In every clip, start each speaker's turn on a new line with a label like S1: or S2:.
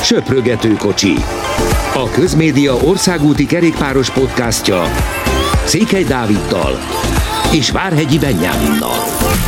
S1: Söprögető kocsi. A Közmédia országúti kerékpáros podcastja Székely Dáviddal és Várhegyi Benyáminnal.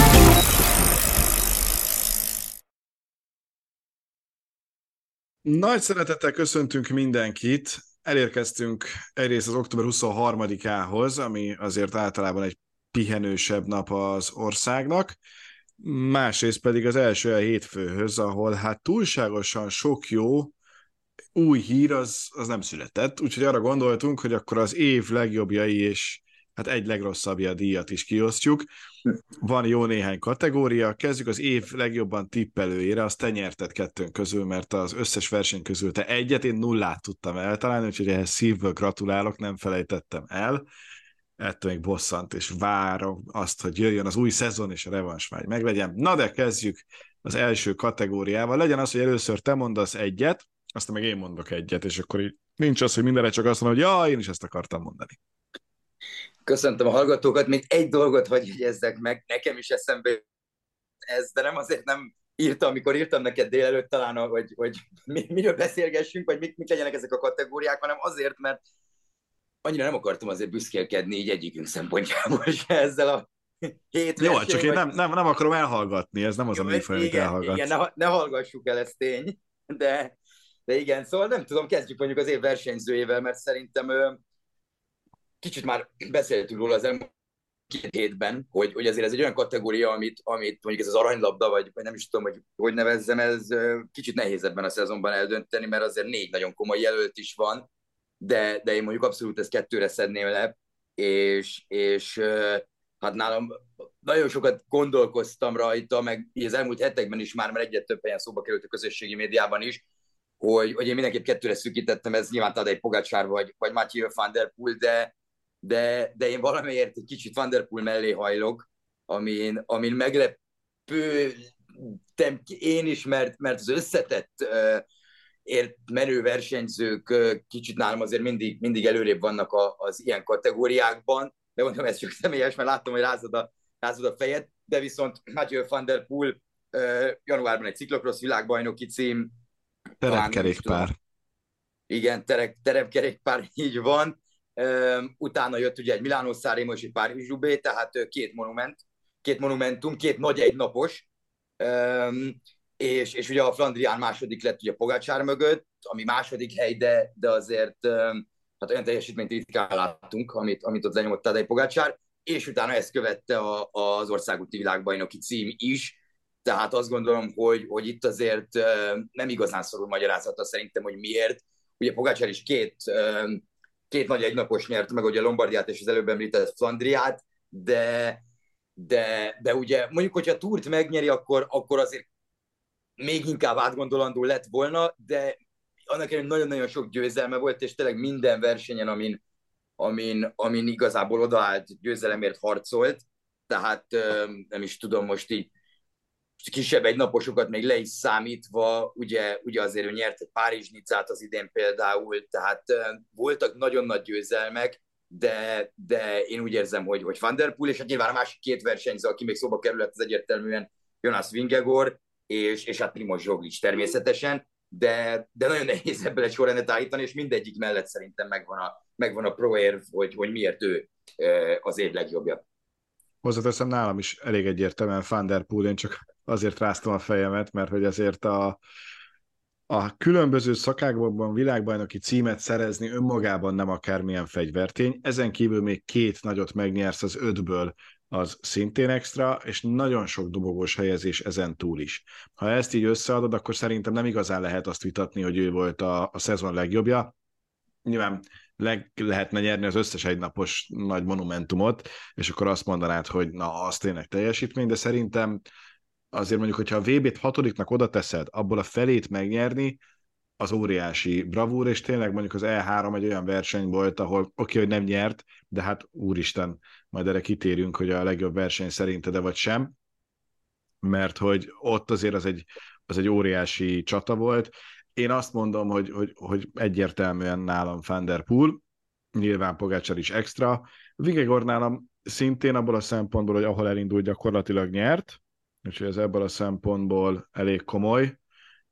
S2: Nagy szeretettel köszöntünk mindenkit. Elérkeztünk egyrészt az október 23-ához, ami azért általában egy pihenősebb nap az országnak, másrészt pedig az első hétfőhöz, ahol hát túlságosan sok jó új hír az nem született, úgyhogy arra gondoltunk, hogy akkor az év legjobbjai és hát egy legrosszabbja díjat is kiosztjuk. Van jó néhány kategória, kezdjük az év legjobban tippelőjére, azt te nyerted kettőnk közül, mert az összes verseny közül te egyet, én nullát tudtam eltalálni, úgyhogy ehhez szívből gratulálok, nem felejtettem el. Ettől még bosszant, és várom azt, hogy jöjjön az új szezon, és a revansvágy meglegyen. Na de kezdjük az első kategóriával. Legyen az, hogy először te mondasz egyet, aztán meg én mondok egyet, és akkor így nincs az, hogy mindenre csak azt mondod, hogy ja, én is ezt akartam mondani.
S3: Köszöntöm a hallgatókat, még egy dolgot hadd jegyezzek meg, nekem is eszembe ez, de nem azért nem írtam, amikor írtam neked délelőtt talán, hogy miről beszélgessünk, vagy mik legyenek ezek a kategóriák, hanem azért, mert annyira nem akartam azért büszkélkedni így egyikünk szempontjából se ezzel a 7
S2: Jó, csak én nem akarom elhallgatni, ez nem az a műfaj, amit elhallgatsz.
S3: Igen, ne hallgassuk el, ez tény, de igen, szóval nem tudom, kezdjük mondjuk az év versenyzőjével, mert szerintem kicsit már beszéltünk róla az elmúlt 2 hétben, hogy azért ez egy olyan kategória, amit mondjuk ez az aranylabda, vagy nem is tudom, hogy nevezzem, ez kicsit nehéz ebben a szezonban eldönteni, mert azért 4 nagyon komoly jelölt is van, de én mondjuk abszolút ezt 2-re szedném le, és hát nálam nagyon sokat gondolkoztam rajta, meg az elmúlt hetekben is már, mert egyre több helyen szóba került a közösségi médiában is, hogy én mindenképp 2-re szűkítettem, ez nyilván Tadej Pogačar vagy Mathieu van der Poel, de én valamiért egy kicsit Van der Poel mellé hajlok, amin meglepődtem én is, mert az összetett menő versenyzők kicsit nálam azért mindig előrébb vannak az ilyen kategóriákban, de mondom, ez csak személyes, mert láttam, hogy rázod a fejed, de viszont Mathieu van der Poel januárban egy ciklokrossz világbajnoki cím.
S2: Terepkerékpár.
S3: Igen, terepkerékpár, így van. Utána jött ugye egy Milánó-San Remo és egy Párizs-Roubaix, tehát 2 monumentum, 2 nagy egynapos, és ugye a Flandrián második lett ugye Pogačar mögött, ami második hely, de azért hát olyan teljesítményt ritkán láttunk, amit ott lenyomott Tadej Pogačar, és utána ezt követte az országúti világbajnoki cím is, tehát azt gondolom, hogy itt azért nem igazán szorul magyarázata szerintem, hogy miért. Ugye Pogačar is két nagy egynapos nyert meg, ugye a Lombardiát és az előbb említett Flandriát, de ugye mondjuk, hogyha a Tourt megnyeri, akkor azért még inkább átgondolandó lett volna, de annak ellenére nagyon-nagyon sok győzelme volt, és tényleg minden versenyen, amin igazából odaállt, győzelemért harcolt, tehát nem is tudom most így kisebb egynaposokat még le is számítva, ugye azért ő nyert egy Párizs-Nicát az idén például, tehát voltak nagyon nagy győzelmek, de én úgy érzem, hogy Van der Poel, és hát nyilván a másik 2 versenyző, aki még szóba kerülhet, az egyértelműen Jonas Vingegaard, és hát Primož Roglič természetesen, de nagyon nehéz ebből egy sorrendet állítani, és mindegyik mellett szerintem megvan a proérv, hogy miért ő az év legjobbja.
S2: Hozzáteszem, nálam is elég egyértelműen Van der Poel, én csak azért ráztam a fejemet, mert hogy azért a különböző szakákban világbajnoki címet szerezni önmagában nem akármilyen fegyvertény, ezen kívül még 2 nagyot megnyersz az 5-ből, az szintén extra, és nagyon sok dobogós helyezés ezen túl is. Ha ezt így összeadod, akkor szerintem nem igazán lehet azt vitatni, hogy ő volt a szezon legjobbja. Nyilván lehetne nyerni az összes egynapos nagy monumentumot, és akkor azt mondanád, hogy na, az tényleg teljesítmény, de szerintem azért mondjuk, hogyha a VB-t 6-nak oda teszed, abból a felét megnyerni, az óriási bravúr, és tényleg mondjuk az E3 egy olyan verseny volt, ahol oké, hogy nem nyert, de hát úristen, majd erre kitérünk, hogy a legjobb verseny szerinted vagy sem, mert hogy ott azért az egy óriási csata volt. Én azt mondom, hogy egyértelműen nálam Van der Poel, nyilván Pogačar is extra. Vingegaard nálam szintén abból a szempontból, hogy ahol elindult, gyakorlatilag nyert, úgyhogy ez ebből a szempontból elég komoly.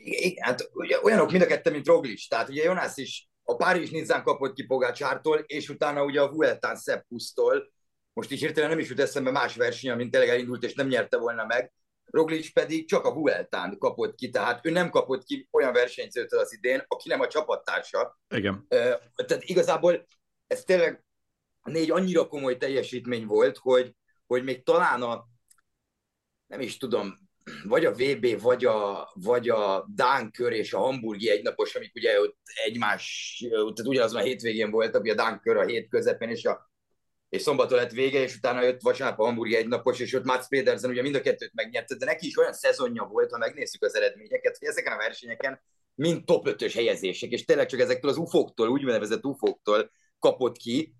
S3: Hát ugye olyanok mind a ketten, mint Roglic. Tehát ugye Jonas is a Párizs-Nizzán kapott ki Pogácsártól, és utána ugye a Vueltán Sepp Kusztól. Most is hirtelen nem is jut eszembe más verseny, amint tényleg elindult, és nem nyerte volna meg. Roglic pedig csak a Vueltán kapott ki, tehát ő nem kapott ki olyan versenyzőtől az idén, aki nem a csapattársa.
S2: Igen.
S3: Tehát igazából ez tényleg 4 annyira komoly teljesítmény volt, hogy még talán nem is tudom, vagy a VB, vagy a Dán kör és a hamburgi egynapos, amik ugye ott egymás, tehát ugyanazon a hétvégén voltak, ugye a Dán kör a hét közepén, és szombaton lett vége, és utána jött vasárnap a hamburgi egynapos, és ott Mats Pedersen ugye mind a kettőt megnyerte, de neki is olyan szezonja volt, ha megnézzük az eredményeket, hogy ezeken a versenyeken mind top 5-ös helyezések, és tényleg csak ezektől az UFO-któl, úgy nevezett UFO-któl kapott ki,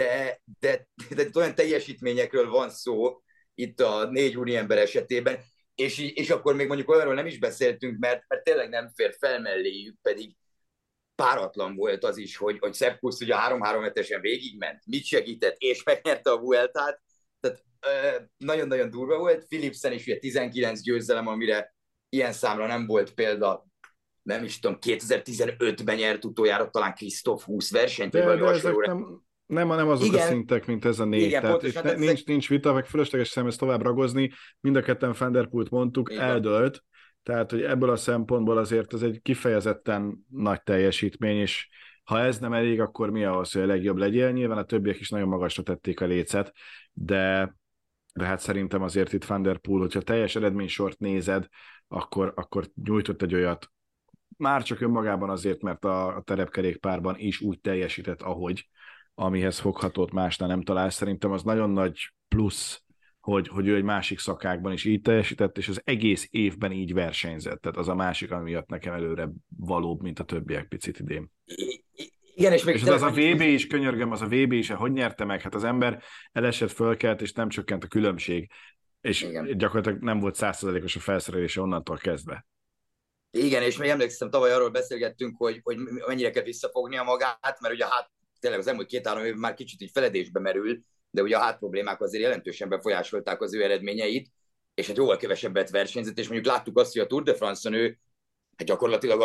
S3: de olyan teljesítményekről van szó itt a 4 úriember esetében, és akkor még mondjuk olyanról nem is beszéltünk, mert tényleg nem fér fel melléjük, pedig páratlan volt az is, hogy Sepp Kuss ugye 3-3-7-esen végigment, mit segített, és megnyerte a Vueltát, tehát nagyon-nagyon durva volt. Philipsen is ugye 19 győzelem, amire ilyen számra nem volt példa, nem is tudom, 2015-ben nyert utoljára talán Krisztóf 20 versenyt,
S2: de ezek nem azok igen, a szintek, mint ez a 4. Igen, tehát pontosan, nincs vita, meg fölösleges szem ezt tovább ragozni. Mind a ketten Van der Poelt mondtuk, igen. Eldölt. Tehát, hogy ebből a szempontból azért ez egy kifejezetten nagy teljesítmény, és ha ez nem elég, akkor mi ahhoz, hogy a legjobb legyél? Nyilván a többiek is nagyon magasra tették a lécet, de hát szerintem azért itt Van der Poel, hogyha teljes eredménysort nézed, akkor nyújtott egy olyat, már csak önmagában azért, mert a terepkerékpárban is úgy teljesített, amihez foghatót másnál nem talál. Szerintem az nagyon nagy plusz, hogy ő egy másik szakákban is így teljesített, és az egész évben így versenyzett. Tehát az a másik, ami miatt nekem előre valóbb, mint a többiek picit idén.
S3: Igen, és
S2: az a VB is, könyörgöm, az a VB is, hogy nyerte meg? Hát az ember elesett, fölkelt, és nem csökkent a különbség. És igen. Gyakorlatilag nem volt 100%-os a felszerelése onnantól kezdve.
S3: Igen, és még emlékszem, tavaly arról beszélgettünk, hogy mennyire kell visszafognia magát, mert ugye tényleg az elmúlt 2-3 év már kicsit így feledésbe merül, de ugye a hátproblémák azért jelentősen befolyásolták az ő eredményeit, és hát jóval kevesebbet versenyzett, és mondjuk láttuk azt, hogy a Tour de France-on ő hát gyakorlatilag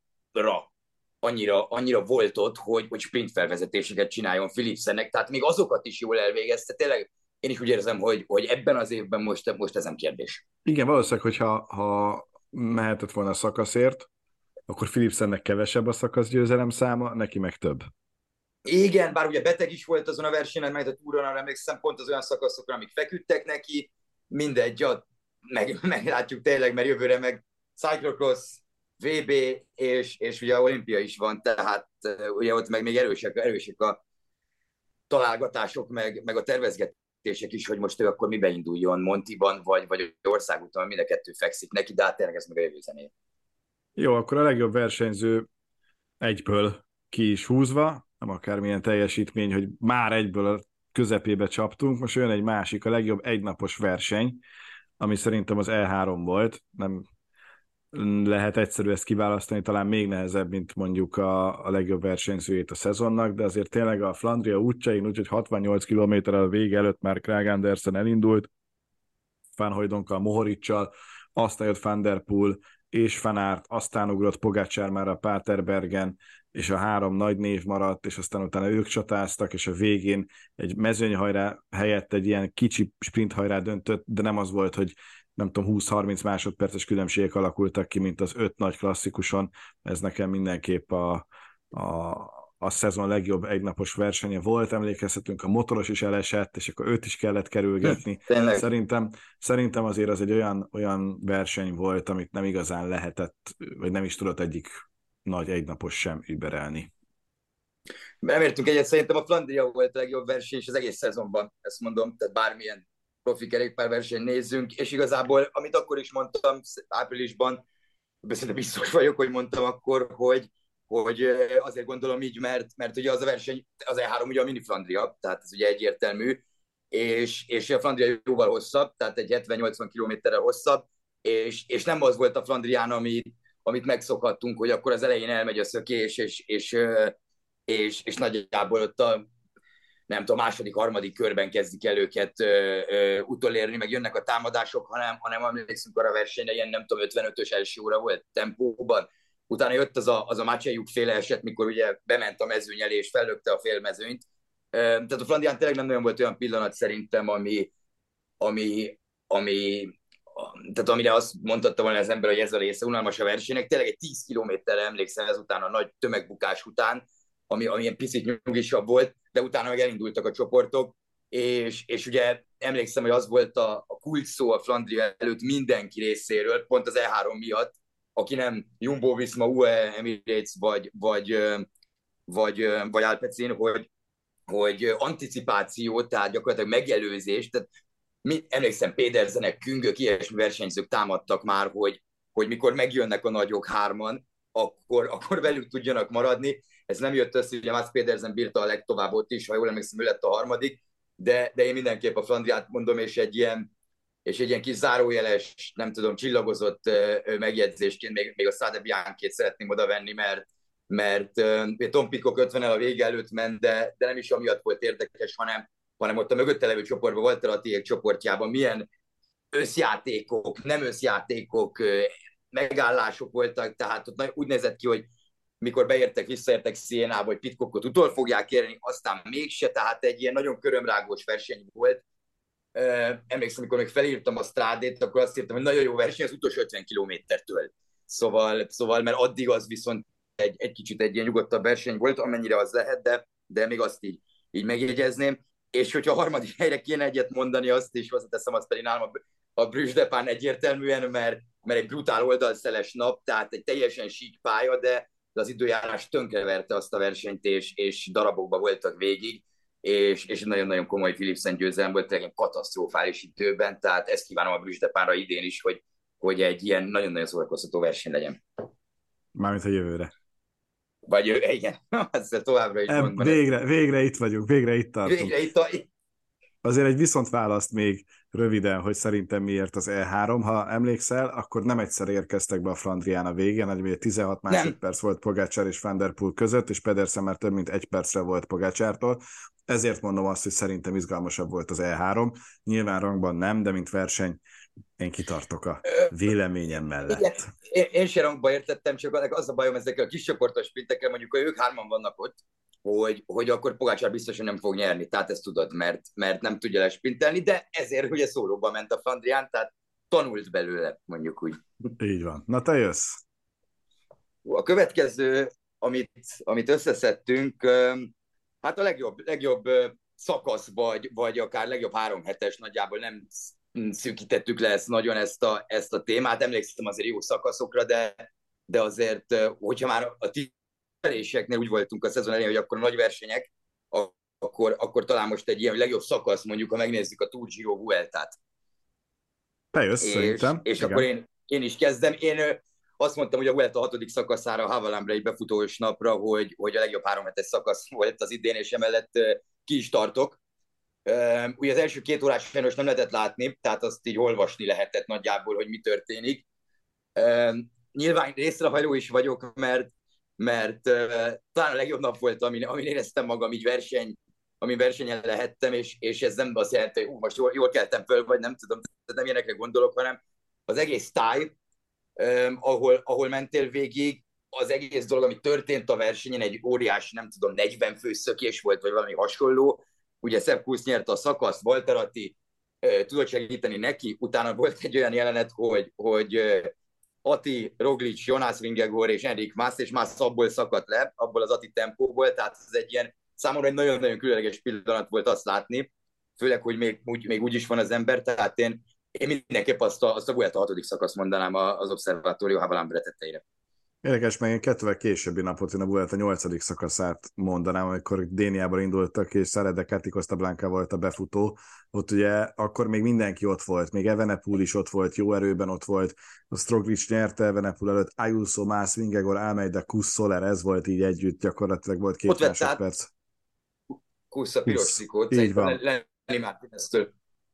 S3: annyira volt ott, hogy sprint felvezetéseket csináljon Philipsennek, tehát még azokat is jól elvégezte. Tényleg én is úgy érzem, hogy ebben az évben most ez nem kérdés.
S2: Igen, valószínűleg, hogyha mehetett volna a szakaszért, akkor Philipsennek kevesebb a szakaszgyőzelem száma, neki meg több.
S3: Igen, bár ugye beteg is volt azon a versenyen, majd a túron, arra emlékszem, pont az olyan szakaszokra, amik feküdtek neki, mindegy, meglátjuk tényleg, mert jövőre meg cyclocross, VB és ugye olimpia is van, tehát ugye ott meg még erősek a találgatások, meg a tervezgetések is, hogy most ő akkor mibe induljon, Montiban, vagy országúton, mind a kettő fekszik neki, de hát tényleg ez meg a jövő zenéje.
S2: Jó, akkor a legjobb versenyző egyből ki is húzva, nem akármilyen teljesítmény, hogy már egyből a közepébe csaptunk, most jön egy másik, a legjobb egynapos verseny, ami szerintem az E3 volt, nem lehet egyszerű ezt kiválasztani, talán még nehezebb, mint mondjuk a legjobb versenyzőjét a szezonnak, de azért tényleg a Flandria útjain, úgyhogy 68 km-rel a vége előtt már Kragh Andersen elindult, Van Hooydonkkal, Mohoricsal, aztán jött Van der Poel és Van Aert, aztán ugrott Pogačar már a Paterbergen, és a 3 nagy név maradt, és aztán utána ők csatáztak, és a végén egy mezőnyhajrá helyett egy ilyen kicsi sprinthajrá döntött, de nem az volt, hogy nem tudom, 20-30 másodperces különbségek alakultak ki, mint az 5 nagy klasszikuson. Ez nekem mindenképp a szezon legjobb egynapos versenye volt. Emlékezhetünk, a motoros is elesett, és akkor őt is kellett kerülgetni. Szerintem azért az egy olyan verseny volt, amit nem igazán lehetett, vagy nem is tudott egyik nagy egynapos sem überelni.
S3: Nem értünk egyet, szerintem a Flandria volt a legjobb verseny, és az egész szezonban, ezt mondom, tehát bármilyen profi kerékpárversenyt nézzünk, és igazából, amit akkor is mondtam áprilisban, szerintem biztos vagyok, hogy mondtam akkor, hogy azért gondolom így, mert ugye az a verseny, az E3 ugye a mini Flandria, tehát ez ugye egyértelmű, és a Flandria jóval hosszabb, tehát egy 70-80 kilométerrel hosszabb, és nem az volt a Flandrián, amit megszokhattunk, hogy akkor az elején elmegy a szökés, és nagyjából ott nem tudom, második, harmadik körben kezdik el őket utolérni, meg jönnek a támadások, hanem emlékszünk arra a versenyre, ilyen nem tudom, 55-ös első óra volt tempóban. Utána jött az a Macsejuk féle eset, mikor ugye bement a mezőny elé, és fellökte a félmezőnyt. Tehát a Flandrián tényleg nem nagyon volt olyan pillanat szerintem, tehát amire azt mondhatta volna az ember, hogy ez a része unalmas a versenynek. Tényleg egy 10 kilométerre emlékszem ezután a nagy tömegbukás után, ami ilyen picit nyugisabb volt, de utána meg elindultak a csoportok, és ugye emlékszem, hogy az volt a kult szó a Flandria előtt mindenki részéről, pont az E3 miatt, aki nem Jumbo-Visma, UAE Emirates vagy Alpecin, hogy anticipáció, tehát gyakorlatilag megelőzés, tehát emlékszem, Pedersenek, Küngök, ilyesmi versenyzők támadtak már, hogy mikor megjönnek a nagyok hárman, akkor velük tudjanak maradni. Ez nem jött össze, ugye Mats Pedersen bírta a legtovább ott is, ha jól emlékszem, ő lett a harmadik, de én mindenképp a Flandriát mondom, és egy ilyen kis zárójeles, nem tudom, csillagozott megjegyzésként még a Strade Bianchét szeretném oda venni, mert Tom Pidcock 50-el a vége előtt ment, de nem is amiatt volt érdekes, hanem ott a mögötte levő csoportban, Walter Attiék csoportjában milyen összjátékok, nem összjátékok, megállások voltak, tehát ott úgy nézett ki, hogy mikor visszaértek Sienába, hogy Pidcockot utol fogják érni, aztán mégse, tehát egy ilyen nagyon körömrágós verseny volt. Emlékszem, amikor még felírtam a Strádét, akkor azt írtam, hogy nagyon jó verseny az utolsó 50 kilométertől. Szóval, mert addig az viszont egy kicsit egy ilyen nyugodtabb verseny volt, amennyire az lehet, de még azt így megjegyezném. És hogyha a harmadik helyre kéne egyet mondani, azt is hozzáteszem, azt pedig nálam a Bruges de Pán egyértelműen, mert egy brutál oldalszeles nap, tehát egy teljesen sík pálya, de az időjárás tönkreverte azt a versenyt, és darabokban voltak végig, és nagyon-nagyon komoly Philipsen győzelem volt, egy katasztrofális időben, tehát ezt kívánom a Bruges de Pánra idén is, hogy egy ilyen nagyon-nagyon szórakoztató verseny legyen.
S2: Mármint a jövőre.
S3: Vagy igen, ezzel továbbra is mondom.
S2: Végre itt vagyunk, végre itt tartunk. Azért egy viszontválaszt még röviden, hogy szerintem miért az E3. Ha emlékszel, akkor nem egyszer érkeztek be a Flandrián a végén, hogy 16 másodperc volt Pogačar és Van der Poel között, és Pedersen már több mint 1 percre volt Pogačartól. Ezért mondom azt, hogy szerintem izgalmasabb volt az E3. Nyilván rangban nem, de mint verseny én kitartok a véleményem mellett.
S3: Igen, én se rangba értettem, csak az a bajom ezekkel a kis csoportos sprintekkel, mondjuk, hogy ők hárman vannak ott, hogy akkor Pogačar biztosan nem fog nyerni, tehát ezt tudod, mert nem tudja lesprintelni, de ezért ugye szólóba ment a Flandrián, tehát tanult belőle, mondjuk úgy.
S2: Így van. Na te jössz.
S3: A következő, amit összeszedtünk, hát a legjobb szakasz, vagy akár legjobb 3 hetes, nagyjából nem szűkítettük le nagyon ezt a témát, emlékszem azért jó szakaszokra, de azért, hogyha már a tizeléseknél úgy voltunk a szezon elején, hogy akkor a nagy versenyek, akkor talán most egy ilyen legjobb szakasz, mondjuk, ha megnézzük a Tour Giro Vueltát.
S2: Te jössz, szerintem.
S3: És akkor én is kezdem. Én azt mondtam, hogy a Vuelta 6. szakaszára, a Havalambre egy befutós napra, hogy a legjobb 3 hetes szakasz volt az idén, és emellett ki is tartok. Ugye az első 2 órás sajnos nem lehetett látni, tehát azt így olvasni lehetett nagyjából, hogy mi történik. Nyilván részrehajló is vagyok, mert talán a legjobb nap volt, amin éreztem magam így amin versenyen lehettem, és ez nem azt jelenti, hogy most jól keltem föl, vagy nem tudom, nem ilyenekre gondolok, hanem az egész táj, ahol mentél végig, az egész dolog, ami történt a versenyen, egy óriás, nem tudom, 40 fő szökés volt, vagy valami hasonló. Ugye Sepp Kuss nyerte a szakaszt, Walter Atti tudott segíteni neki, utána volt egy olyan jelenet, hogy Atti, Roglic, Jonas Vingegaard és Enric Mas, és Mas abból szakadt le, abból az Atti tempóból, tehát ez egy ilyen, számomra egy nagyon-nagyon különleges pillanat volt azt látni, főleg, hogy még úgy is van az ember, tehát én mindenképp azt a Vuelta 6. szakaszt mondanám az Observatorio Havalambre tetteire.
S2: Érdekes, meg én 2-vel későbbi napot én a Vuelta 8. szakaszát mondanám, amikor Déniából indultak, és Serra de Costa Blanca volt a befutó. Ott ugye akkor még mindenki ott volt, még Evenepoel is ott volt, jó erőben ott volt, a Roglic nyerte Evenepoel előtt, Ayuso, Mas, Vingegaard, Almeida, Kuss, Soler, ez volt így együtt, gyakorlatilag volt 2 másodperc.
S3: Kuss a piros trikót,
S2: így van.
S3: Lenny Martinez-től.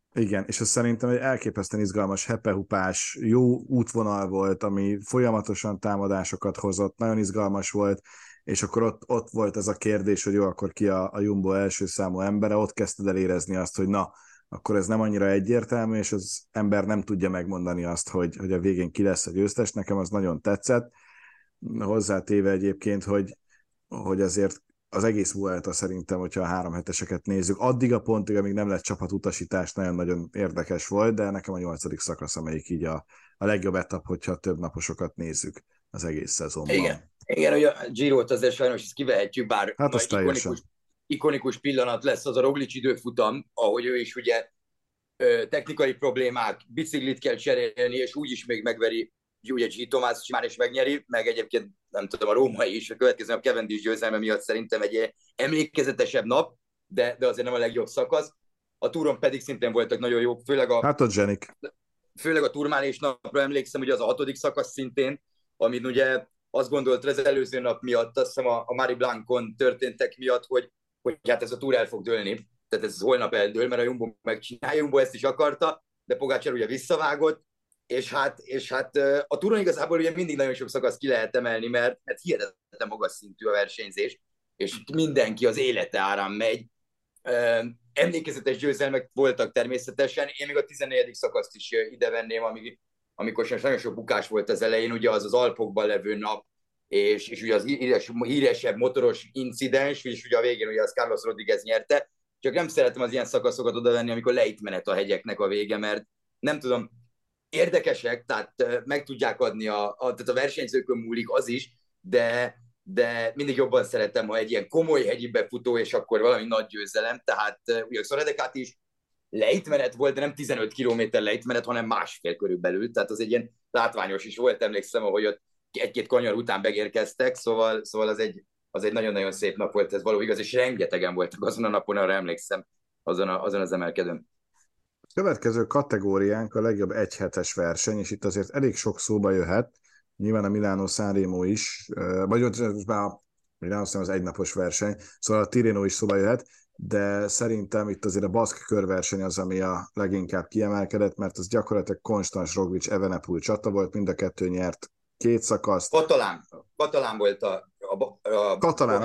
S2: Igen, és ez szerintem egy elképesztően izgalmas, hepehupás, jó útvonal volt, ami folyamatosan támadásokat hozott, nagyon izgalmas volt, és akkor ott volt ez a kérdés, hogy jó, akkor ki a Jumbo első számú embere, ott kezdted el érezni azt, hogy na, akkor ez nem annyira egyértelmű, és az ember nem tudja megmondani azt, hogy a végén ki lesz a győztes. Nekem az nagyon tetszett. Hozzátéve egyébként, hogy azért az egész Vuelta szerintem, hogyha a 3 heteseket nézzük, addig a pontig, amíg nem lett csapatutasítás, nagyon-nagyon érdekes volt, de nekem a 8. szakasz, amelyik így a legjobb etap, hogyha több naposokat nézzük az egész szezonban.
S3: Igen, hogy a Girot azért sajnos ezt kivehetjük, bár
S2: hát az
S3: ikonikus pillanat lesz az a Roglic időfutam, ahogy ő is ugye technikai problémák, biciklit kell cserélni, és úgyis még megveri ugye G. Tomás Simán is megnyeri, meg egyébként nem tudom, a római is, a következő nap Cavendish győzelme miatt szerintem egy emlékezetesebb nap, de azért nem a legjobb szakasz. A túron pedig szintén voltak nagyon jók,
S2: hát ott zsenik.
S3: Főleg a Turmálés napra emlékszem, hogy az a 6. szakasz szintén, amit ugye azt gondolt az előző nap miatt, azt hiszem a Mari Blancon történtek miatt, hogy hát ez a túr el fog dőlni, tehát ez holnap eldől, mert a Jumbo megcsinálja, Jumbo ezt is akarta, de Pogačar ugye visszavágott, és hát a túron igazából ugye mindig nagyon sok szakasz ki lehet emelni, mert hihetetlen magas szintű a versenyzés, és mindenki az élete árán megy. Emlékezetes győzelmek voltak természetesen, én még a 14. szakaszt is ide venném, amikor sem nagyon sok bukás volt az elején, ugye az Alpokban levő nap, és ugye az híresebb motoros incidens, és ugye a végén ugye az Carlos Rodriguez nyerte, csak nem szeretem az ilyen szakaszokat odavenni, amikor lejtmenet a hegyeknek a vége, mert nem tudom, érdekesek, tehát meg tudják adni, tehát a versenyzőkön múlik az is, de mindig jobban szeretem, ha egy ilyen komoly hegyi befutó, és akkor valami nagy győzelem, tehát ugye a Soledekát is lejtmenet volt, de nem 15 kilométer lejtmenet, hanem másfél körülbelül, tehát az egy ilyen látványos is volt, emlékszem, ahogy ott egy-két kanyar után megérkeztek, szóval az egy nagyon-nagyon szép nap volt, ez való igaz, és rengetegen voltak azon a napon, arra emlékszem, azon az emelkedőn.
S2: Következő kategóriánk a legjobb 1 hetes verseny, és itt azért elég sok szóba jöhet, nyilván a Milano-San Remo is, vagy ott a Milano az egynapos verseny, szóval a Tirreno is szóba jöhet, de szerintem itt azért a baszk körverseny az, ami a leginkább kiemelkedett, mert az gyakorlatilag Konstans, Roglic, Evenepoel csata volt, mind a kettő nyert 2 szakaszt.
S3: Katalán volt a
S2: Katalán,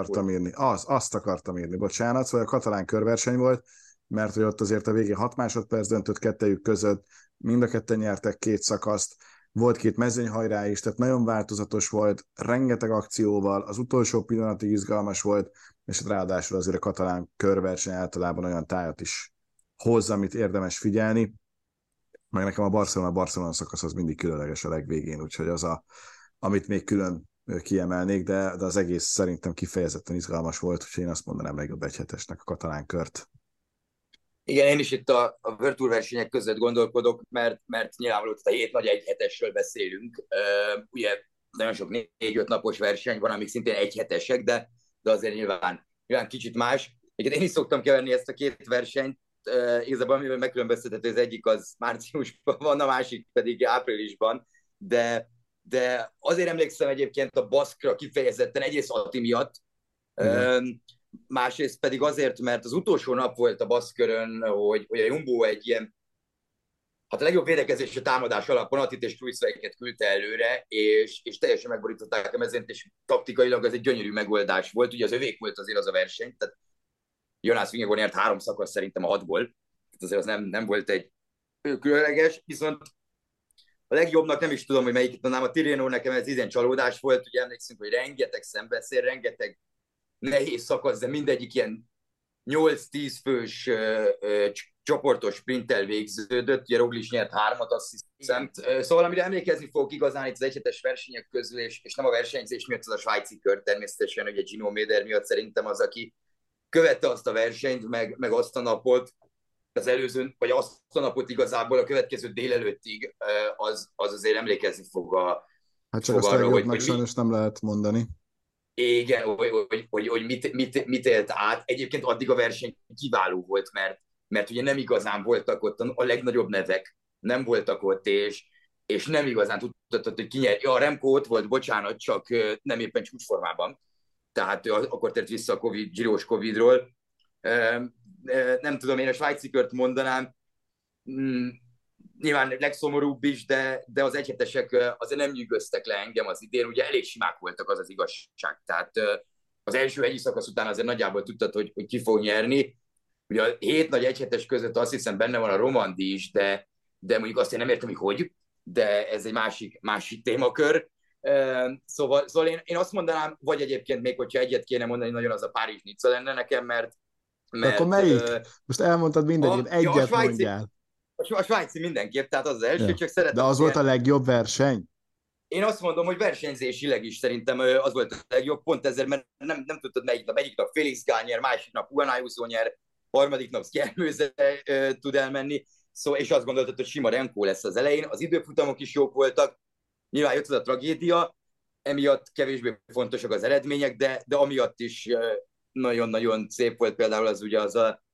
S2: azt akartam írni, bocsánat, szóval a katalán körverseny volt, mert hogy ott azért a végén 6 másodperc döntött kettejük között, mind a ketten nyertek 2 szakaszt, volt 2 mezőnyhajrá is, tehát nagyon változatos volt, rengeteg akcióval, az utolsó pillanatig izgalmas volt, és ráadásul azért a katalán körverseny általában olyan tájat is hoz, amit érdemes figyelni, meg nekem a Barcelona szakasz az mindig különleges a legvégén, úgyhogy az amit még külön kiemelnék, de az egész szerintem kifejezetten izgalmas volt, úgyhogy én azt mondanám legjobb 1 hetesnek a katalán kört.
S3: Igen, én is itt a World Tour versenyek között gondolkodok, mert nyilvánvalóan a 7 nagy 1 hetesről beszélünk. Ugye nagyon sok 4-5 napos verseny van, amik szintén 1 hetesek, de azért nyilván kicsit más. Én is szoktam keverni ezt a 2 versenyt, igazából amivel megkülönböztethető, az egyik az márciusban van, a másik pedig áprilisban, de azért emlékszem egyébként a baszkra kifejezetten, egyrészt Ati miatt, másrészt pedig azért, mert az utolsó nap volt a baszkörön, hogy a Jumbo egy ilyen, hát a legjobb védekezés a támadás alapon Atit és Kruijswijket küldte előre, és teljesen megborították a mezőnyt, és taktikailag az egy gyönyörű megoldás volt. Ugye az övék volt azért az a verseny, tehát Jonas Vingegaard nyert 3 szakasz szerintem a 6-ból, tehát azért az nem volt egy különleges, viszont a legjobbnak nem is tudom, hogy melyiket mondanám, a Tirreno nekem ez idén csalódás volt, ugye emlékszünk, hogy rengeteg szembeszél, rengeteg nehéz szakasz, de mindegyik ilyen 8-10 fős csoportos sprinttel végződött, ugye Roglic nyert 3-at, azt hiszem. Szóval amire emlékezni fogok igazán itt az 1 hetes versenyek közül, és nem a versenyzés miatt, az a svájci kör természetesen, ugye Gino Mäder miatt szerintem az, aki követte azt a versenyt, meg azt a napot, az előző, vagy azt a napot igazából a következő délelőttig, az azért emlékezni fog
S2: hát csak azt legjobbnak sajnos nem lehet mondani.
S3: Igen, hogy mit élt át. Egyébként addig a verseny kiváló volt, mert ugye nem igazán voltak ott a legnagyobb nevek, nem voltak ott, és nem igazán tudtad, hogy ki nyer. Ja, a Remco ott volt, bocsánat, csak nem éppen csúcsformában. Tehát akkor tért vissza a Giro-s Covid-ról. Nem tudom, én a svájci kört mondanám. mm, nyilván legszomorúbb is, de az egyhetesek azért nem nyűgöztek le engem az idén, ugye elég simák voltak, az az igazság. Tehát az első hegyi szakasz után azért nagyjából tudtad, hogy ki fog nyerni. Ugye a 7 nagy egyhetes között azt hiszem benne van a Romandi is, de mondjuk azt én nem értem, hogy, de ez egy másik témakör. Szóval én azt mondanám, vagy egyébként még, hogyha egyet kéne mondani, nagyon az a Párizs-Nica lenne nekem,
S2: De akkor melyik? Most elmondtad mindegyet, egyet mondjál.
S3: A svájci mindenképp, tehát az első, csak szeretem.
S2: De az volt a legjobb verseny?
S3: Én azt mondom, hogy versenyzésileg is szerintem az volt a legjobb, pont ezért, mert nem tudtad melyik nap. Egyik nap Félix Gál nyer, másik nap Juan Ayuso nyer, harmadik nap Szkjelmőze tud elmenni, szóval, és azt gondoltad, hogy sima Remco lesz az elején. Az időfutamok is jók voltak, nyilván jött az a tragédia, emiatt kevésbé fontosak az eredmények, de amiatt is nagyon-nagyon szép volt például az ugye az a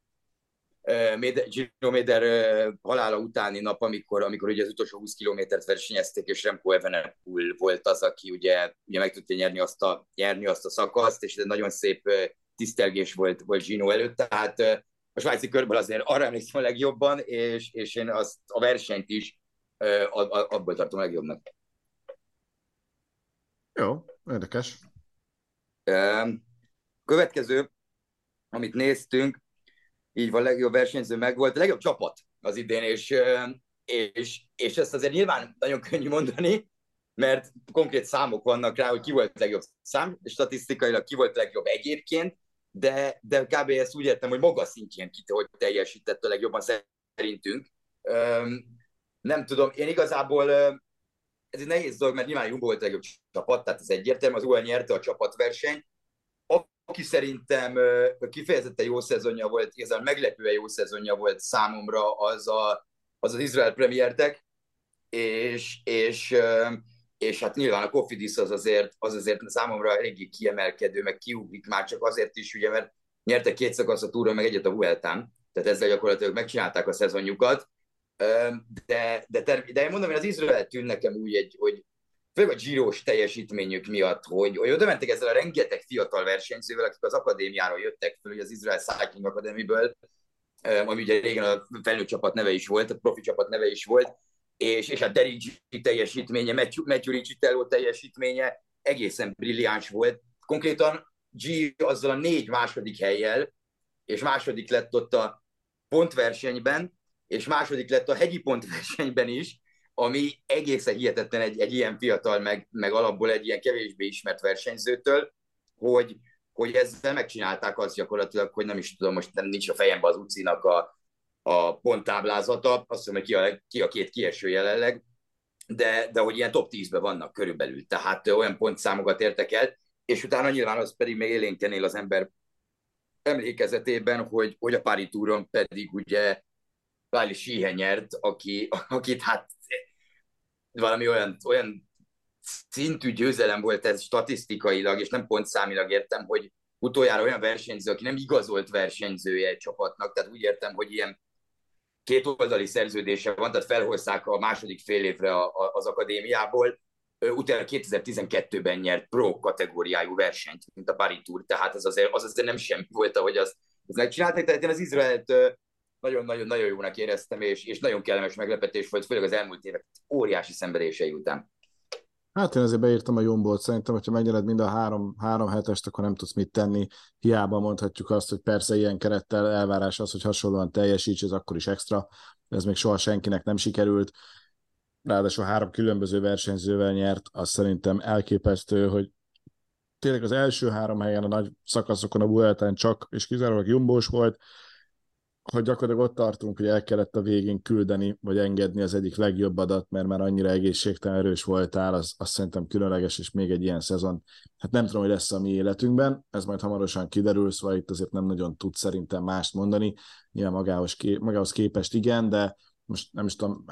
S3: Giro Méder halála utáni nap, amikor ugye az utolsó 20 kilométert versenyezték, és Remco Evenepoel volt az, aki ugye meg tudta nyerni azt a szakaszt, és ez egy nagyon szép tisztelgés volt Gino előtt, tehát a svájci körből azért arra emlékszem a legjobban, és én azt a versenyt is abból tartom a legjobbnak.
S2: Jó, érdekes.
S3: Következő, amit néztünk, így van, a legjobb versenyző megvolt, a legjobb csapat az idén, és ezt azért nyilván nagyon könnyű mondani, mert konkrét számok vannak rá, hogy ki volt a legjobb szám, statisztikailag ki volt a legjobb egyébként, de kb. Ezt úgy értem, hogy maga szintjén hogy teljesített a legjobban szerintünk. Nem tudom, én igazából ez egy nehéz dolog, mert nyilván Jumbo volt a legjobb csapat, tehát ez egyértelmű, az UAE nyerte a csapatversenyt, aki szerintem kifejezetten jó szezonja volt, igazán meglepően jó szezonja volt számomra, az Izrael Premier Tech, és hát nyilván a Cofidis az azért számomra eléggé kiemelkedő, meg kiugrik már csak azért is, ugye, mert nyertek 2 szakasz a túron, meg egyet a Vueltán, tehát ezzel gyakorlatilag megcsinálták a szezonjukat, de én mondom, hogy az Izrael tűn nekem úgy, hogy főleg a Giros teljesítményük miatt, hogy oda mentek ezzel a rengeteg fiatal versenyzővel, akik az akadémiáról jöttek föl, az Izrael Cycling Academy-ből, ami ugye régen a felnőtt csapat neve is volt, a profi csapat neve is volt, és hát Derek G teljesítménye, Matthew Ricciello teljesítménye egészen brilliáns volt. Konkrétan G azzal a 4 második hellyel, és második lett ott a pontversenyben, és második lett a hegyi pontversenyben is, ami egészen hihetetlen egy ilyen fiatal, meg alapból egy ilyen kevésbé ismert versenyzőtől, hogy ezzel megcsinálták azt gyakorlatilag, hogy nem is tudom, most nem nincs a fejemben az UCI-nak a ponttáblázata, azt mondom, hogy ki a 2 kieső jelenleg, de hogy ilyen top 10-ben vannak körülbelül, tehát olyan pontszámokat értek el, és utána nyilván az pedig még élénken az ember emlékezetében, hogy a Paris Touron pedig ugye Riley Sheehan nyert, akit hát valami olyan szintű győzelem volt ez statisztikailag, és nem pontszámilag értem, hogy utoljára olyan versenyző, aki nem igazolt versenyzője egy csapatnak, tehát úgy értem, hogy ilyen 2 oldali szerződése van, tehát felhozták a második fél évre az akadémiából, utána 2012-ben nyert pro kategóriájú versenyt, mint a Paris Tour, tehát az azért nem semmi volt, ahogy azt megcsinálták, tehát én az Izraelt nagyon-nagyon jónak éreztem, és nagyon kellemes meglepetés volt, főleg az elmúlt évek óriási szenvedései után.
S2: Hát én azért beírtam a Jumbót, szerintem, hogyha megnyered mind a három hetest, akkor nem tudsz mit tenni. Hiába mondhatjuk azt, hogy persze ilyen kerettel elvárás az, hogy hasonlóan teljesíts, ez akkor is extra, ez még soha senkinek nem sikerült. Ráadásul 3 különböző versenyzővel nyert, az szerintem elképesztő, hogy tényleg az első 3 helyen a nagy szakaszokon a Vueltán csak és kizárólag Jumbós volt, hogy gyakorlatilag ott tartunk, hogy el kellett a végén küldeni, vagy engedni az egyik legjobb adat, mert már annyira egészségtelen erős voltál, az szerintem különleges, és még egy ilyen szezon. Hát nem tudom, hogy lesz a mi életünkben, ez majd hamarosan kiderül, szóval itt azért nem nagyon tud szerintem mást mondani, nyilván magához képest igen, de most nem is tudom,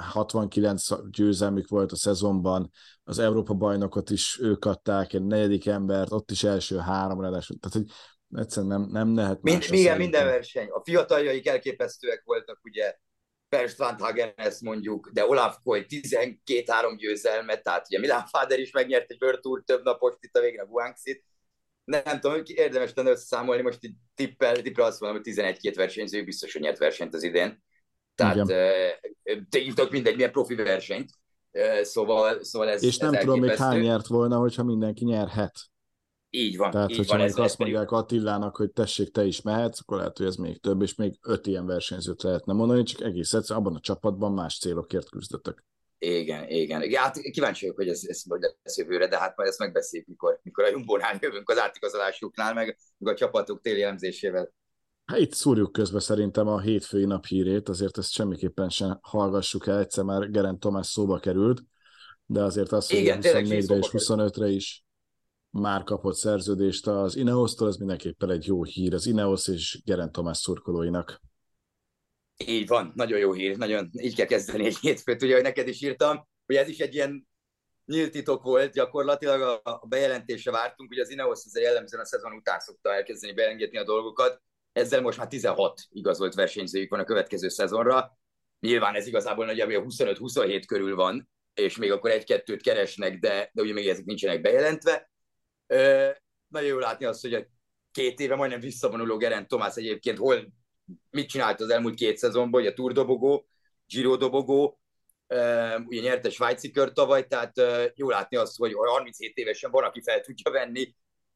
S2: 69 győzelmük volt a szezonban, az Európa-bajnokot is ők adták, egy 4. embert, ott is első 3 ráadásul, tehát hogy egyszerűen nem lehet más.
S3: Minden verseny. A fiataljaik elképesztőek voltak, ugye Per Strandhagen ezt mondjuk, de Olaf Koy 12-3 győzelmet, tehát ugye Milan Fader is megnyert egy World Tour több napost itt a végén a Guangxit. Nem tudom, érdemes lenne összeszámolni, most itt tippre azt mondom, hogy 11-2 versenyző biztos, hogy nyert versenyt az idén. Tehát
S2: Igen.
S3: tényleg mindegy, milyen profi versenyt. Szóval
S2: És
S3: ez
S2: nem tudom még hány
S3: elképesztő.
S2: nyert volna, hogyha mindenki nyerhet. Tehát,
S3: Így
S2: hogyha
S3: van,
S2: mondjuk
S3: ez
S2: azt
S3: pedig
S2: mondják Attilának, hogy tessék, te is mehetsz, akkor lehet, hogy ez még több, és még 5 ilyen versenyzőt lehetne mondani, csak egész egyszerűen abban a csapatban más célokért küzdötök.
S3: igen. Hát kíváncsi vagyok, hogy ez hogy lesz jövőre, de hát majd ezt megbeszéljük, mikor a Jumbónál jövünk az átigazolásuknál, meg a csapatok téli elemzésével.
S2: Hát itt szúrjuk közbe szerintem a hétfői nap hírét, azért ezt semmiképpen sem hallgassuk el, egyszer már Geraint Thomas szóba került, de azért az, hogy
S3: Igen, tényleg
S2: 24-re és
S3: szóba kerül.
S2: 25-re is már kapott szerződést az Ineos-tól, ez mindenképpen egy jó hír az Ineos és Geraint Thomas szurkolóinak.
S3: Így van, nagyon jó hír, nagyon így kell kezdeni egy hétfőt, ugye, hogy neked is írtam, hogy ez is egy ilyen nyílt titok volt, gyakorlatilag a bejelentésre vártunk, ugye az Ineos ez jellemzően a szezon után szokta elkezdeni beengedni a dolgokat, ezzel most már 16 igazolt versenyzőjük van a következő szezonra, nyilván ez igazából nagyjából 25-27 körül van, és még akkor egy-kettőt keresnek, de ugye még ezek nincsenek bejelentve. Nagyon jó látni azt, hogy a 2 éve majdnem visszavonuló Geraint Thomas egyébként mit csinált az elmúlt 2 szezonban, ugye a Tour dobogó, Giro dobogó, ugye nyert a svájci kör tavaly, tehát jó látni azt, hogy 37 évesen van, aki fel tudja venni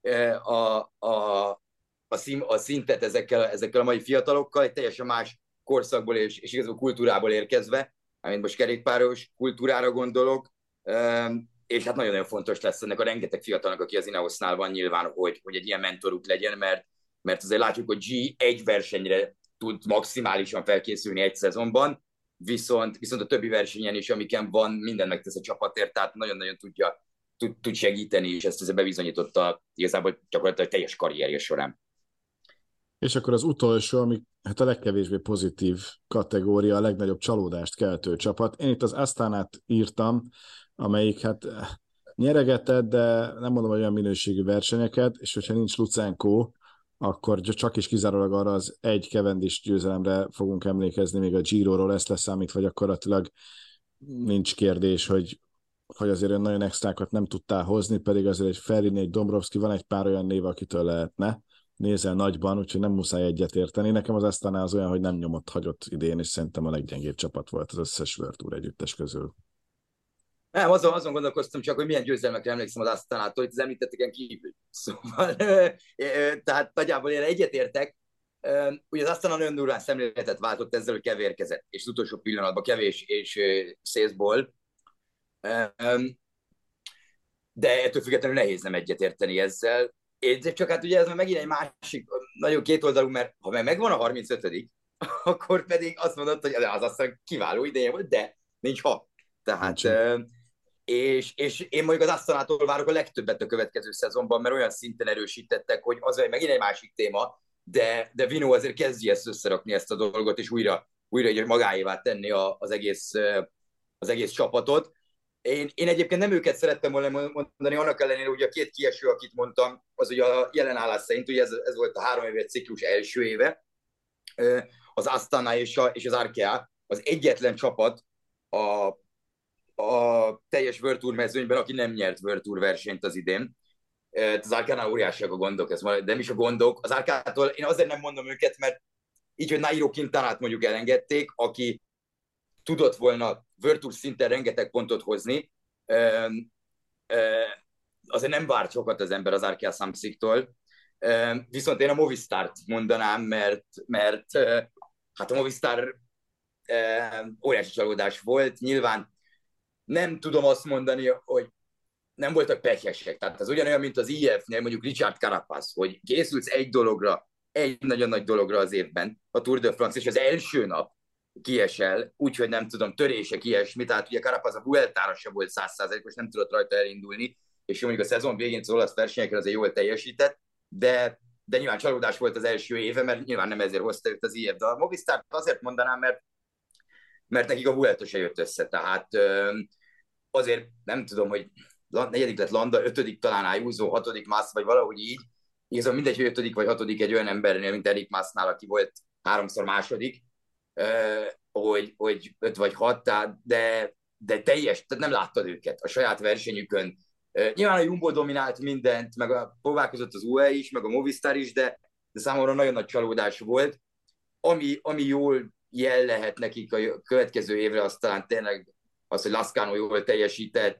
S3: a szintet ezekkel a mai fiatalokkal, egy teljesen más korszakból és igazából kultúrából érkezve, amint most kerékpáros kultúrára gondolok, és hát nagyon-nagyon fontos lesz ennek a rengeteg fiatalnak, aki az Ineosnál van nyilván, hogy egy ilyen mentoruk legyen, mert azért látjuk, hogy G egy versenyre tud maximálisan felkészülni egy szezonban, viszont a többi versenyen is, amiken van, minden megtesz a csapatért, tehát nagyon-nagyon tud segíteni, és ezt bebizonyította igazából gyakorlatilag teljes karrierje során.
S2: És akkor az utolsó, ami hát a legkevésbé pozitív kategória, a legnagyobb csalódást keltő csapat. Én itt az Astánát írtam, amelyik hát nyeregetett, de nem mondom, hogy olyan minőségű versenyeket, és hogyha nincs Lucenko, akkor csak is kizárólag arra az egy Cavendish győzelemre fogunk emlékezni, még a Giro-ról ezt leszámítva, gyakorlatilag nincs kérdés, hogy azért olyan nagyon extrákat nem tudtál hozni, pedig azért egy Ferrini, egy Dombrovski, van egy pár olyan név, akitől lehetne. Nézel nagyban, úgyhogy nem muszáj egyet érteni. Nekem az Astana az olyan, hogy nem nyomot hagyott idén, és szerintem a leggyengébb csapat volt az összes World Tour együttes közül.
S3: Nem, azon gondolkoztam csak, hogy milyen győzelmekre emlékszem az Astánától, itt az említetteken kívül. Szóval, tehát nagyjából én egyetértek. Ugye az Astana nagyon durván szemléletet váltott ezzel, hogy kevérkezett, és az utolsó pillanatban kevés és szészból. De ettől függetlenül nehéz nem egyetérteni ezzel. Csak hát ugye ez megint egy másik, nagyon kétoldalú, mert ha megvan a 35., akkor pedig azt mondod, hogy az aztán kiváló ideje volt, de nincs ha. Tehát, és én mondjuk az Astánától várok a legtöbbet a következő szezonban, mert olyan szinten erősítettek, hogy az megint egy másik téma, de Vino azért kezdi ezt összerakni ezt a dolgot, és újra magáévá tenni az egész csapatot. Én egyébként nem őket szerettem volna mondani, annak ellenére, hogy a 2 kieső, akit mondtam, az ugye a jelen állás szerint, ugye ez volt a 3 éves ciklus első éve, az Astana és az Arkea, az egyetlen csapat a teljes World Tour mezőnyben, aki nem nyert World Tour versenyt az idén. Az Arkánál óriásiak a gondok, de nem is a gondok. Az Arkától én azért nem mondom őket, mert így, hogy Nairo Quintanát mondjuk elengedték, aki tudott volna World Tour szinten rengeteg pontot hozni, azért nem várt sokat az ember az Arkea Samsic-tól. Viszont én a Movistart mondanám, mert hát a Movistar óriási csalódás volt. Nyilván nem tudom azt mondani, hogy nem voltak pekesek. Tehát az ugyanolyan, mint az IF-nél, mondjuk Richard Carapaz, hogy készülsz egy nagyon nagy dologra az évben, a Tour de France, és az első nap kiesel, úgyhogy nem tudom, törések, ilyesmi, tehát ugye Carapaz a Vueltára se volt 100%-os, nem tudott rajta elindulni, és mondjuk a szezon végén az olasz versenyeken azért jól teljesített, de nyilván csalódás volt az első éve, mert nyilván nem ezért hozta őt az IF, de a Movistart azért mondanám, mert nekik a Vuelta se jött össze, tehát azért nem tudom, hogy 4. lett Landa, 5. talán Ayuso, 6. Mas, vagy valahogy így, igazából mindegy, hogy 5. vagy 6. egy olyan embernél, mint Erik Masnál, aki volt 3-szor második, hogy 5 vagy 6, de teljes, tehát nem láttad őket a saját versenyükön. Nyilván a Jumbo dominált mindent, meg próbálkozott az UAE is, meg a Movistar is, de számomra nagyon nagy csalódás volt. Ami jól jel lehet nekik a következő évre, az talán tényleg az, hogy Lazcano jól teljesített,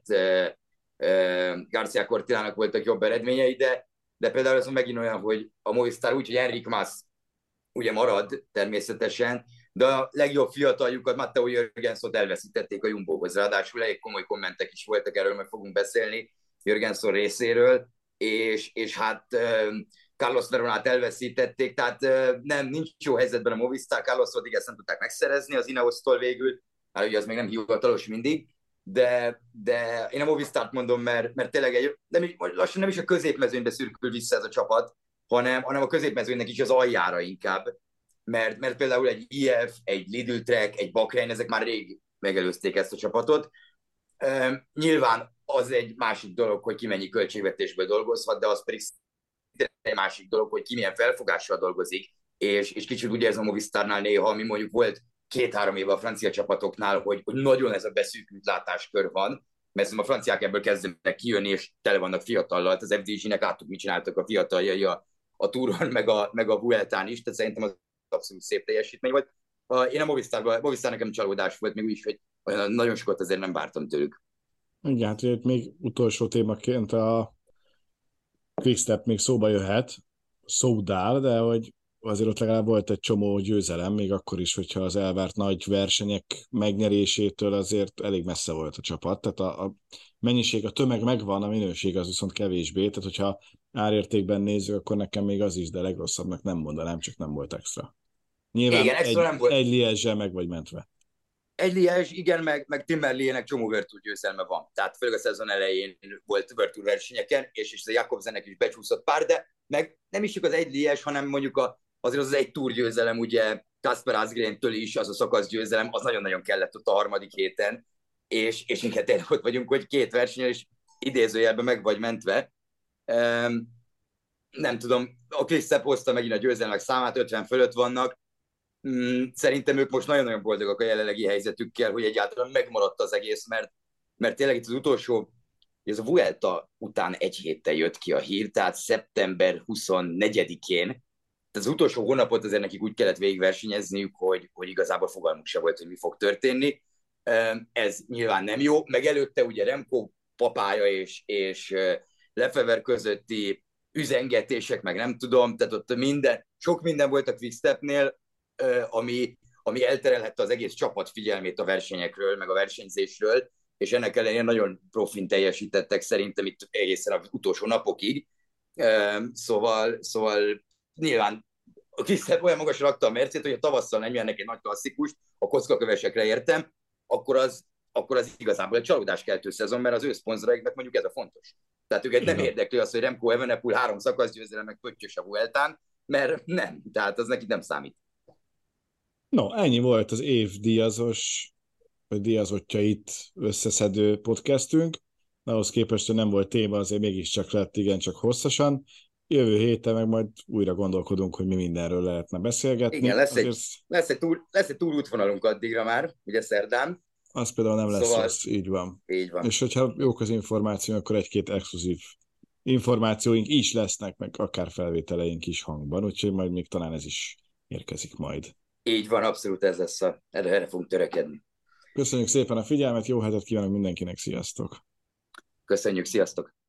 S3: García Cortilának voltak jobb eredményei, de például ez megint olyan, hogy a Movistar úgy, hogy Enric Mas ugye marad természetesen, de a legjobb fiataljukat, Matteo Jörgenssont elveszítették a Jumbohoz. Ráadásul elég komoly kommentek is voltak, erről meg fogunk beszélni Jörgensson részéről, és hát Carlos Veronát elveszítették, tehát nincs jó helyzetben a Movistar, Carlos Rodriguez nem tudták megszerezni az Ineos-tól végül, hát ugye az még nem hivatalos mindig, de én a Movistart mondom, mert tényleg lassan nem is a középmezőnybe szürkül vissza ez a csapat, hanem a középmezőnynek is az aljára inkább, mert például egy IF, egy Lidl Trek, egy Bahrein, ezek már rég megelőzték ezt a csapatot. Nyilván az egy másik dolog, hogy ki mennyi költségvetésből dolgozhat, de az pedig egy másik dolog, hogy ki milyen felfogással dolgozik, és kicsit úgy érzem a Movistarnál néha, ami mondjuk volt 2-3 éve a francia csapatoknál, hogy nagyon ez a beszűkült látáskör van, mert a franciák ebből kezdenek kijönni, és tele vannak fiatallal. Az FDG-nek láttuk, mit csináltak a fiataljai a Touron, meg a Vueltán is, tehát szerintem az abszolút szép teljesítmény volt. Én a Movistar nekem csalódás volt, még úgy is, hogy nagyon sokat azért nem vártam tőlük.
S2: Igen, hát itt még utolsó témaként a Quickstep még szóba jöhet, Soudal, de hogy azért ott legalább volt egy csomó győzelem, még akkor is, hogyha az elvárt nagy versenyek megnyerésétől azért elég messze volt a csapat, tehát a mennyiség, a tömeg megvan, a minőség az viszont kevésbé, tehát hogyha árértékben nézzük, akkor nekem még az is, de legrosszabbnak nem mondanám, csak nem volt extra. Nyilván
S3: igen, extra nem volt.
S2: Egy Liège meg vagy mentve.
S3: Egy Liège, igen, meg Tim Merlier-nek csomó World Tour győzelme van. Tehát főleg a szezon elején volt World Tour versenyeken, és a Jakobsennek is becsúszott pár, de meg nem is csak az egy Liège, hanem mondjuk azért az egy Tour győzelem, ugye Kasper Asgreen-től is az a szakasz győzelem, az nagyon-nagyon kellett ott a harmadik héten, és inkább tényleg ott vagyunk, hogy 2 versenyen is idézőjelben meg vagy mentve. Nem tudom, a Quickstep hozta megint a győzelmek számát, 50 fölött vannak. Szerintem ők most nagyon-nagyon boldogak a jelenlegi helyzetükkel, hogy egyáltalán megmaradt az egész, mert tényleg itt az utolsó, ez a Vuelta után egy héttel jött ki a hír, tehát szeptember 24-én, tehát az utolsó hónapot azért nekik úgy kellett végigversenyezniük, hogy igazából fogalmuk se volt, hogy mi fog történni. Ez nyilván nem jó, meg előtte ugye Remco papája és Lefever közötti üzengetések, meg nem tudom, tehát ott sok minden volt a Quickstepnél, ami elterelhette az egész csapat figyelmét a versenyekről, meg a versenyzésről, és ennek ellenére nagyon profin teljesítettek szerintem itt egészen az utolsó napokig. Szóval nyilván a Quickstep olyan magasra rakta a Mercét, hogy a tavasszal nem jönnek egy nagy klasszikust, a kockakövesekre értem, akkor az igazából egy csalódáskeltő szezon, mert az ő szponzoraiknak mondjuk ez a fontos. Tehát őket nem érdekli az, hogy Remco Evenepoel 3 szakaszgyőzelem meg pöttyös a Vueltán, mert nem, tehát az neki nem számít.
S2: No, ennyi volt az év díjazos, vagy díjazottjait összeszedő podcastünk. Ahhoz képest, hogy nem volt téma, azért mégiscsak lett igencsak hosszasan. Jövő héten meg majd újra gondolkodunk, hogy mi mindenről lehetne beszélgetni.
S3: Igen, lesz egy túlútvonalunk addigra már, ugye szerdán.
S2: Az például nem lesz rossz, így van.
S3: Így van.
S2: És hogyha jók az információ, akkor 1-2 exkluzív információink is lesznek, meg akár felvételeink is hangban, úgyhogy majd még talán ez is érkezik majd.
S3: Így van, abszolút ez lesz, erre fogunk törekedni.
S2: Köszönjük szépen a figyelmet, jó hetet kívánok mindenkinek, sziasztok!
S3: Köszönjük, sziasztok!